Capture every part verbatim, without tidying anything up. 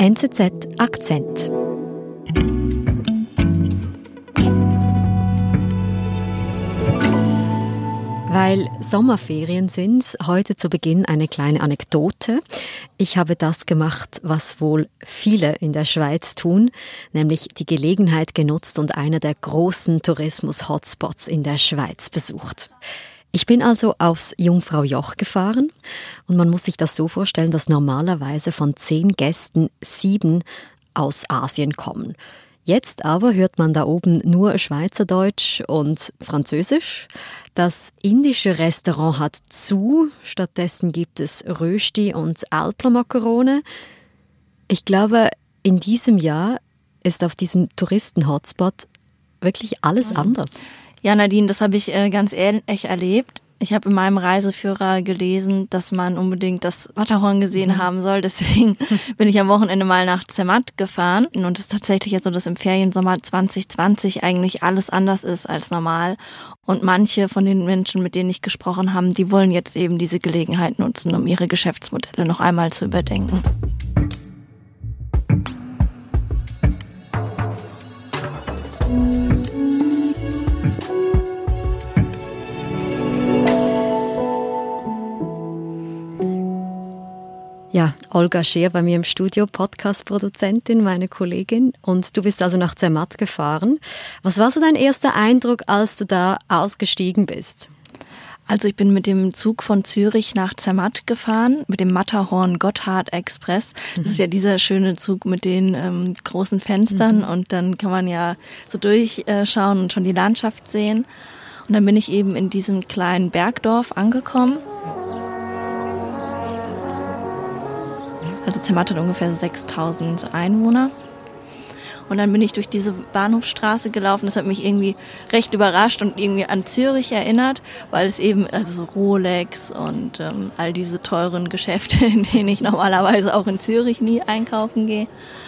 N Z Z Akzent. Weil Sommerferien sind, heute zu Beginn eine kleine Anekdote. Ich habe das gemacht, was wohl viele in der Schweiz tun, nämlich die Gelegenheit genutzt und einer der großen Tourismus-Hotspots in der Schweiz besucht. Ich bin also aufs Jungfrau Joch gefahren und man muss sich das so vorstellen, dass normalerweise von zehn Gästen sieben aus Asien kommen. Jetzt aber hört man da oben nur Schweizerdeutsch und Französisch. Das indische Restaurant hat zu, stattdessen gibt es Rösti und Alpler-Makarone. Ich glaube, in diesem Jahr ist auf diesem Touristen-Hotspot wirklich alles anders. Ja, Nadine, das habe ich äh, ganz ähnlich erlebt. Ich habe in meinem Reiseführer gelesen, dass man unbedingt das Matterhorn gesehen mhm. haben soll. Deswegen bin ich am Wochenende mal nach Zermatt gefahren. Und es ist tatsächlich jetzt so, dass im Feriensommer zwanzig zwanzig eigentlich alles anders ist als normal. Und manche von den Menschen, mit denen ich gesprochen habe, die wollen jetzt eben diese Gelegenheit nutzen, um ihre Geschäftsmodelle noch einmal zu überdenken. Ja, Olga Scheer bei mir im Studio, Podcast-Produzentin, meine Kollegin. Und du bist also nach Zermatt gefahren. Was war so dein erster Eindruck, als du da ausgestiegen bist? Also ich bin mit dem Zug von Zürich nach Zermatt gefahren, mit dem Matterhorn-Gotthard-Express. Das ist ja dieser schöne Zug mit den ähm, großen Fenstern mhm. und dann kann man ja so durchschauen und schon die Landschaft sehen. Und dann bin ich eben in diesem kleinen Bergdorf angekommen. Also Zermatt hat ungefähr sechstausend Einwohner. Und dann bin ich durch diese Bahnhofstraße gelaufen. Das hat mich irgendwie recht überrascht und irgendwie an Zürich erinnert, weil es eben also Rolex und ähm, all diese teuren Geschäfte, in denen ich normalerweise auch in Zürich nie einkaufen gehe.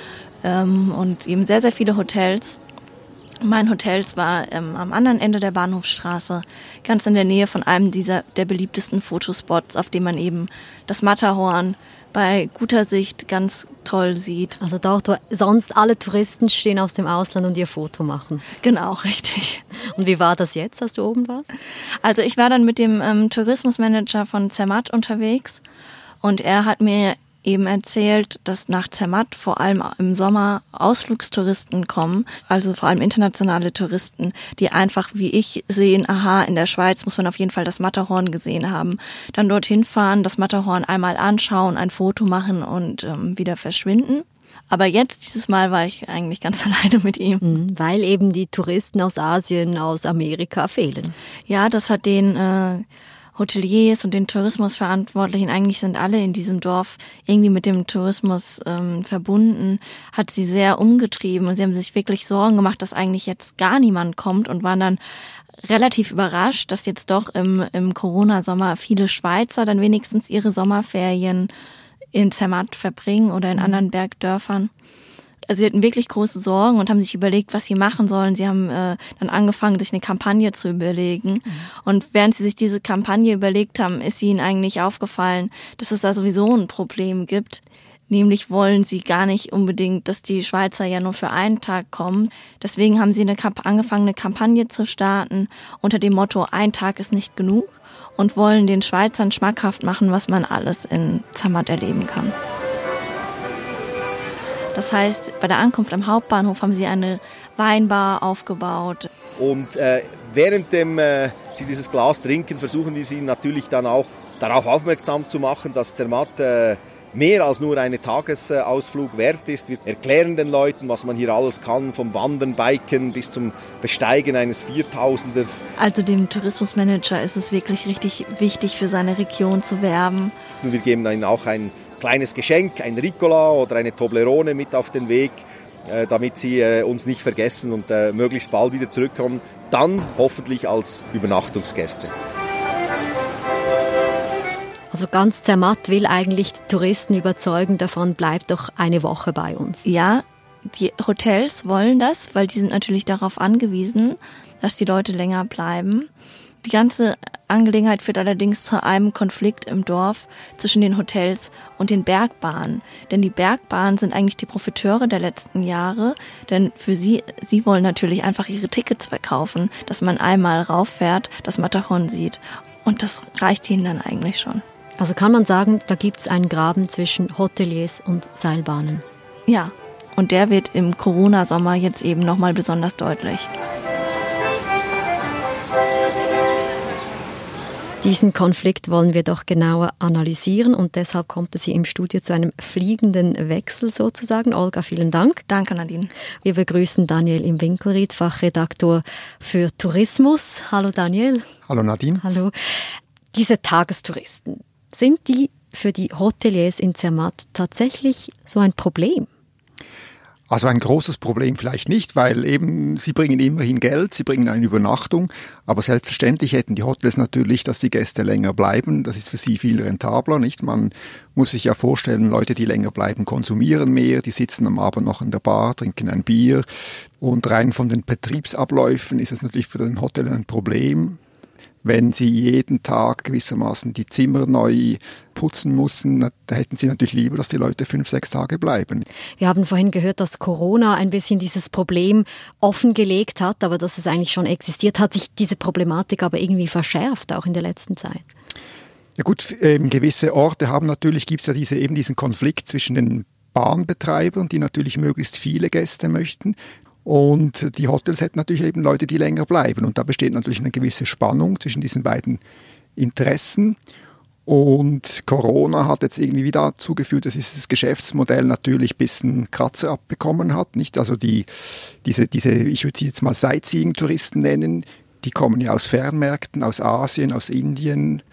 Ähm, und eben sehr, sehr viele Hotels. Mein Hotel war ähm, am anderen Ende der Bahnhofstraße, ganz in der Nähe von einem dieser der beliebtesten Fotospots, auf dem man eben das Matterhorn bei guter Sicht ganz toll sieht. Also dort, wo sonst alle Touristen stehen aus dem Ausland und ihr Foto machen. Genau, richtig. Und wie war das jetzt, als du oben warst? Also ich war dann mit dem ähm, Tourismusmanager von Zermatt unterwegs und er hat mir eben erzählt, dass nach Zermatt vor allem im Sommer Ausflugstouristen kommen, also vor allem internationale Touristen, die einfach wie ich sehen, aha, in der Schweiz muss man auf jeden Fall das Matterhorn gesehen haben, dann dorthin fahren, das Matterhorn einmal anschauen, ein Foto machen und ähm, wieder verschwinden. Aber jetzt, dieses Mal, war ich eigentlich ganz alleine mit ihm. Mhm, weil eben die Touristen aus Asien, aus Amerika fehlen. Ja, das hat den äh, Hoteliers und den Tourismusverantwortlichen, eigentlich sind alle in diesem Dorf irgendwie mit dem Tourismus ähm, verbunden, hat sie sehr umgetrieben und sie haben sich wirklich Sorgen gemacht, dass eigentlich jetzt gar niemand kommt und waren dann relativ überrascht, dass jetzt doch im, im Corona-Sommer viele Schweizer dann wenigstens ihre Sommerferien in Zermatt verbringen oder in anderen Bergdörfern. Also sie hatten wirklich große Sorgen und haben sich überlegt, was sie machen sollen. Sie haben äh, dann angefangen, sich eine Kampagne zu überlegen. Mhm. Und während sie sich diese Kampagne überlegt haben, ist ihnen eigentlich aufgefallen, dass es da sowieso ein Problem gibt. Nämlich wollen sie gar nicht unbedingt, dass die Schweizer ja nur für einen Tag kommen. Deswegen haben sie eine Kamp- angefangen, eine Kampagne zu starten unter dem Motto, ein Tag ist nicht genug, und wollen den Schweizern schmackhaft machen, was man alles in Zermatt erleben kann. Das heißt, bei der Ankunft am Hauptbahnhof haben sie eine Weinbar aufgebaut. Und äh, währenddem äh, sie dieses Glas trinken, versuchen wir sie natürlich dann auch darauf aufmerksam zu machen, dass Zermatt äh, mehr als nur einen Tagesausflug wert ist. Wir erklären den Leuten, was man hier alles kann, vom Wandern, Biken bis zum Besteigen eines Viertausenders. Also dem Tourismusmanager ist es wirklich richtig wichtig, für seine Region zu werben. Und wir geben ihnen auch ein kleines Geschenk, ein Ricola oder eine Toblerone mit auf den Weg, äh, damit sie äh, uns nicht vergessen und äh, möglichst bald wieder zurückkommen. Dann hoffentlich als Übernachtungsgäste. Also ganz Zermatt will eigentlich die Touristen überzeugen davon, bleibt doch eine Woche bei uns. Ja, die Hotels wollen das, weil die sind natürlich darauf angewiesen, dass die Leute länger bleiben. Die ganze Angelegenheit führt allerdings zu einem Konflikt im Dorf zwischen den Hotels und den Bergbahnen. Denn die Bergbahnen sind eigentlich die Profiteure der letzten Jahre, denn für sie, sie wollen natürlich einfach ihre Tickets verkaufen, dass man einmal rauffährt, das Matterhorn sieht. Und das reicht ihnen dann eigentlich schon. Also kann man sagen, da gibt es einen Graben zwischen Hoteliers und Seilbahnen. Ja, und der wird im Corona-Sommer jetzt eben nochmal besonders deutlich. Diesen Konflikt wollen wir doch genauer analysieren und deshalb kommt es hier im Studio zu einem fliegenden Wechsel sozusagen. Olga, vielen Dank. Danke, Nadine. Wir begrüßen Daniel im Winkelried, Fachredaktor für Tourismus. Hallo Daniel. Hallo Nadine. Hallo. Diese Tagestouristen, sind die für die Hoteliers in Zermatt tatsächlich so ein Problem? Also ein großes Problem vielleicht nicht, weil eben sie bringen immerhin Geld, sie bringen eine Übernachtung, aber selbstverständlich hätten die Hotels natürlich, dass die Gäste länger bleiben. Das ist für sie viel rentabler, nicht? Man muss sich ja vorstellen, Leute, die länger bleiben, konsumieren mehr, die sitzen am Abend noch in der Bar, trinken ein Bier und rein von den Betriebsabläufen ist es natürlich für den Hotel ein Problem. Wenn sie jeden Tag gewissermaßen die Zimmer neu putzen mussten, da hätten sie natürlich lieber, dass die Leute fünf, sechs Tage bleiben. Wir haben vorhin gehört, dass Corona ein bisschen dieses Problem offengelegt hat, aber dass es eigentlich schon existiert, hat sich diese Problematik aber irgendwie verschärft, auch in der letzten Zeit. Ja gut, ähm, gewisse Orte haben natürlich, gibt es ja diese, eben diesen Konflikt zwischen den Bahnbetreibern, die natürlich möglichst viele Gäste möchten. Und die Hotels hätten natürlich eben Leute, die länger bleiben. Und da besteht natürlich eine gewisse Spannung zwischen diesen beiden Interessen. Und Corona hat jetzt irgendwie wieder dazu geführt, dass dieses Geschäftsmodell natürlich ein bisschen Kratzer abbekommen hat. Nicht? Also die, diese, diese, ich würde sie jetzt mal Sightseeing-Touristen nennen, die kommen ja aus Fernmärkten, aus Asien, aus Indien.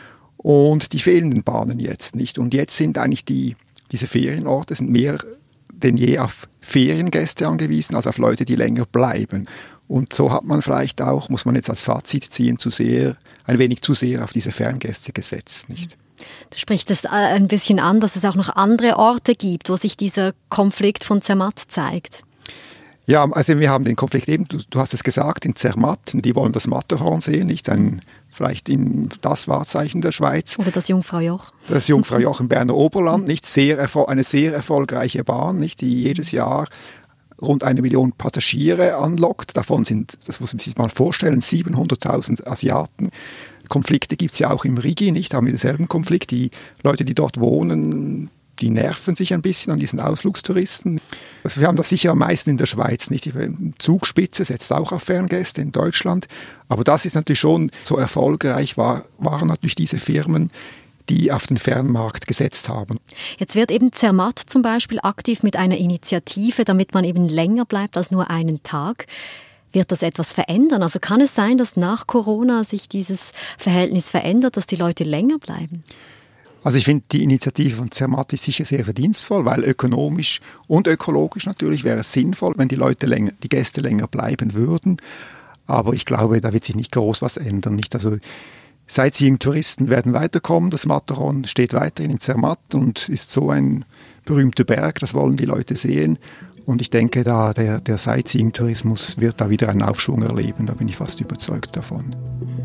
Und die fehlen den Bahnen jetzt nicht. Und jetzt sind eigentlich die, diese Ferienorte sind mehr denn je auf Feriengäste angewiesen, als auf Leute, die länger bleiben. Und so hat man vielleicht auch, muss man jetzt als Fazit ziehen, zu sehr, ein wenig zu sehr auf diese Ferngäste gesetzt, nicht? Du sprichst es ein bisschen an, dass es auch noch andere Orte gibt, wo sich dieser Konflikt von Zermatt zeigt. Ja, also wir haben den Konflikt eben, du, du hast es gesagt, in Zermatt, die wollen das Matterhorn sehen, nicht ein, vielleicht in das Wahrzeichen der Schweiz. Oder das Jungfraujoch. Das Jungfraujoch im Berner Oberland, nicht sehr, eine sehr erfolgreiche Bahn, nicht, die jedes Jahr rund eine Million Passagiere anlockt. Davon sind, das muss man sich mal vorstellen, siebenhunderttausend Asiaten. Konflikte gibt es ja auch im Rigi, nicht, haben wir denselben Konflikt. Die Leute, die dort wohnen, die nerven sich ein bisschen an diesen Ausflugstouristen. Also wir haben das sicher am meisten in der Schweiz, nicht? Die Zugspitze setzt auch auf Ferngäste in Deutschland. Aber das ist natürlich schon so erfolgreich, war, waren natürlich diese Firmen, die auf den Fernmarkt gesetzt haben. Jetzt wird eben Zermatt zum Beispiel aktiv mit einer Initiative, damit man eben länger bleibt als nur einen Tag. Wird das etwas verändern? Also kann es sein, dass nach Corona sich dieses Verhältnis verändert, dass die Leute länger bleiben? Also ich finde, die Initiative von Zermatt ist sicher sehr verdienstvoll, weil ökonomisch und ökologisch natürlich wäre es sinnvoll, wenn die Leute länger, die Gäste länger bleiben würden. Aber ich glaube, da wird sich nicht groß was ändern. Nicht? Also Sightseeing-Touristen werden weiterkommen. Das Matterhorn steht weiterhin in Zermatt und ist so ein berühmter Berg. Das wollen die Leute sehen. Und ich denke, da der, der Sightseeing-Tourismus wird da wieder einen Aufschwung erleben. Da bin ich fast überzeugt davon.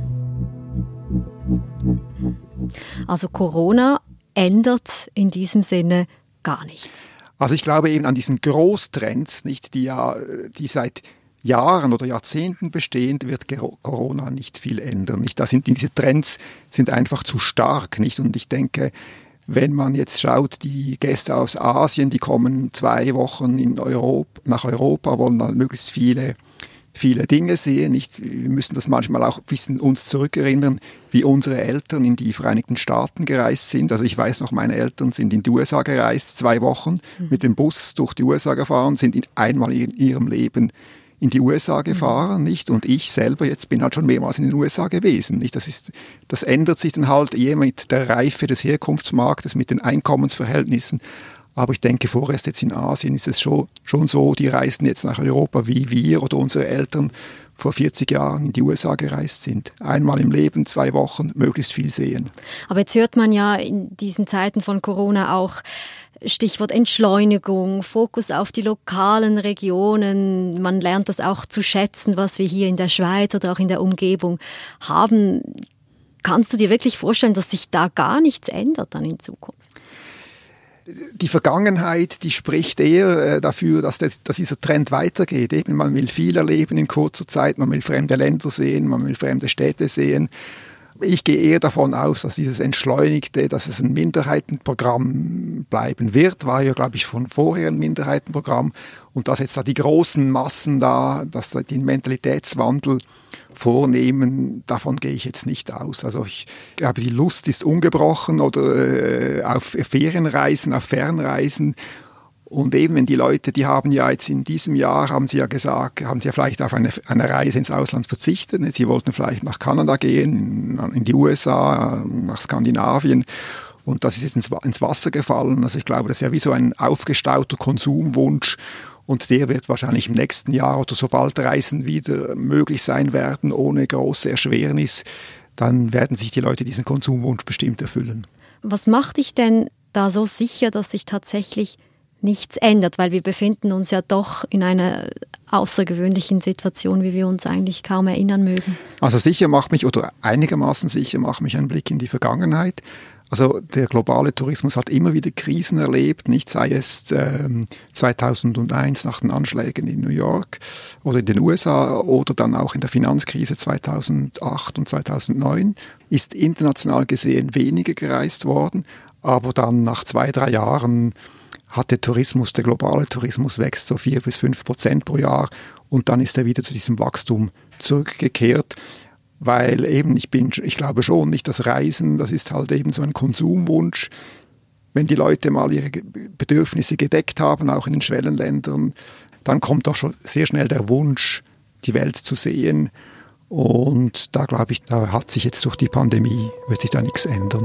Also Corona ändert in diesem Sinne gar nichts. Also ich glaube eben an diesen Großtrends, nicht, die ja, die seit Jahren oder Jahrzehnten bestehen, wird Corona nicht viel ändern. Nicht, da sind diese Trends sind einfach zu stark, nicht? Und ich denke, wenn man jetzt schaut, die Gäste aus Asien, die kommen zwei Wochen in Europa, nach Europa, wollen dann möglichst viele viele Dinge sehen. Nicht? Wir müssen das manchmal auch ein bisschen uns zurückerinnern, wie unsere Eltern in die Vereinigten Staaten gereist sind. Also ich weiß noch, meine Eltern sind in die U S A gereist, zwei Wochen mhm. mit dem Bus durch die U S A gefahren, sind in, einmal in ihrem Leben in die U S A gefahren, nicht? Und ich selber jetzt bin halt schon mehrmals in den U S A gewesen, nicht? Das ist, das ändert sich dann halt je mit der Reife des Herkunftsmarktes, mit den Einkommensverhältnissen. Aber ich denke, vorerst jetzt in Asien ist es schon, schon so, die reisen jetzt nach Europa, wie wir oder unsere Eltern vor vierzig Jahren in die U S A gereist sind. Einmal im Leben, zwei Wochen, möglichst viel sehen. Aber jetzt hört man ja in diesen Zeiten von Corona auch Stichwort Entschleunigung, Fokus auf die lokalen Regionen. Man lernt das auch zu schätzen, was wir hier in der Schweiz oder auch in der Umgebung haben. Kannst du dir wirklich vorstellen, dass sich da gar nichts ändert dann in Zukunft? Die Vergangenheit, die spricht eher äh, dafür, dass, das, dass dieser Trend weitergeht. Eben, man will viel erleben in kurzer Zeit, man will fremde Länder sehen, man will fremde Städte sehen. Ich gehe eher davon aus, dass dieses Entschleunigte, dass es ein Minderheitenprogramm bleiben wird, war ja, glaube ich, von vorher ein Minderheitenprogramm. Und dass jetzt da die großen Massen da, dass da den Mentalitätswandel vornehmen, davon gehe ich jetzt nicht aus. Also ich glaube, die Lust ist ungebrochen oder äh, auf Ferienreisen, auf Fernreisen. Und eben, wenn die Leute, die haben ja jetzt in diesem Jahr, haben sie ja gesagt, haben sie ja vielleicht auf eine, eine Reise ins Ausland verzichtet. Sie wollten vielleicht nach Kanada gehen, in die U S A, nach Skandinavien. Und das ist jetzt ins, ins Wasser gefallen. Also ich glaube, das ist ja wie so ein aufgestauter Konsumwunsch. Und der wird wahrscheinlich im nächsten Jahr oder sobald Reisen wieder möglich sein werden, ohne große Erschwernis, dann werden sich die Leute diesen Konsumwunsch bestimmt erfüllen. Was macht dich denn da so sicher, dass sich tatsächlich nichts ändert? Weil wir befinden uns ja doch in einer außergewöhnlichen Situation, wie wir uns eigentlich kaum erinnern mögen. Also sicher macht mich, oder einigermaßen sicher macht mich ein Blick in die Vergangenheit. Also der globale Tourismus hat immer wieder Krisen erlebt, nicht sei es ähm, zweitausendeins nach den Anschlägen in New York oder in den U S A oder dann auch in der Finanzkrise zweitausendacht und zweitausendneun, ist international gesehen weniger gereist worden, aber dann nach zwei, drei Jahren hat der Tourismus, der globale Tourismus wächst so vier bis fünf Prozent pro Jahr und dann ist er wieder zu diesem Wachstum zurückgekehrt. Weil eben, ich bin, ich glaube schon nicht, das Reisen, das ist halt eben so ein Konsumwunsch. Wenn die Leute mal ihre Bedürfnisse gedeckt haben, auch in den Schwellenländern, dann kommt doch schon sehr schnell der Wunsch, die Welt zu sehen. Und da glaube ich, da hat sich jetzt durch die Pandemie, wird sich da nichts ändern.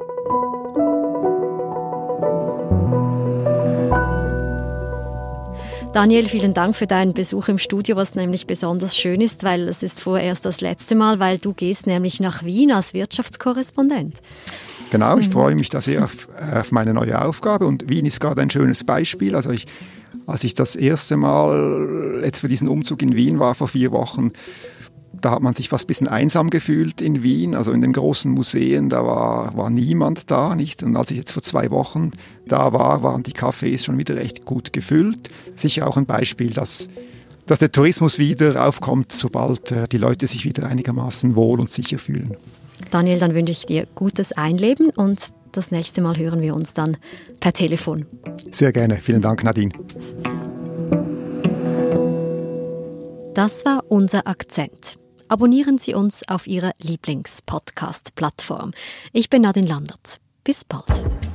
Daniel, vielen Dank für deinen Besuch im Studio, was nämlich besonders schön ist, weil es ist vorerst das letzte Mal, weil du gehst nämlich nach Wien als Wirtschaftskorrespondent. Genau, ich freue mich da sehr auf, auf meine neue Aufgabe und Wien ist gerade ein schönes Beispiel. Also ich, als ich das erste Mal jetzt für diesen Umzug in Wien war vor vier Wochen, da hat man sich fast ein bisschen einsam gefühlt in Wien, also in den großen Museen, da war, war niemand da, nicht? Und als ich jetzt vor zwei Wochen da war, waren die Cafés schon wieder recht gut gefüllt. Sicher auch ein Beispiel, dass, dass der Tourismus wieder aufkommt, sobald äh, die Leute sich wieder einigermaßen wohl und sicher fühlen. Daniel, dann wünsche ich dir gutes Einleben und das nächste Mal hören wir uns dann per Telefon. Sehr gerne, vielen Dank, Nadine. Das war unser Akzent. Abonnieren Sie uns auf Ihrer Lieblings-Podcast-Plattform. Ich bin Nadine Landert. Bis bald.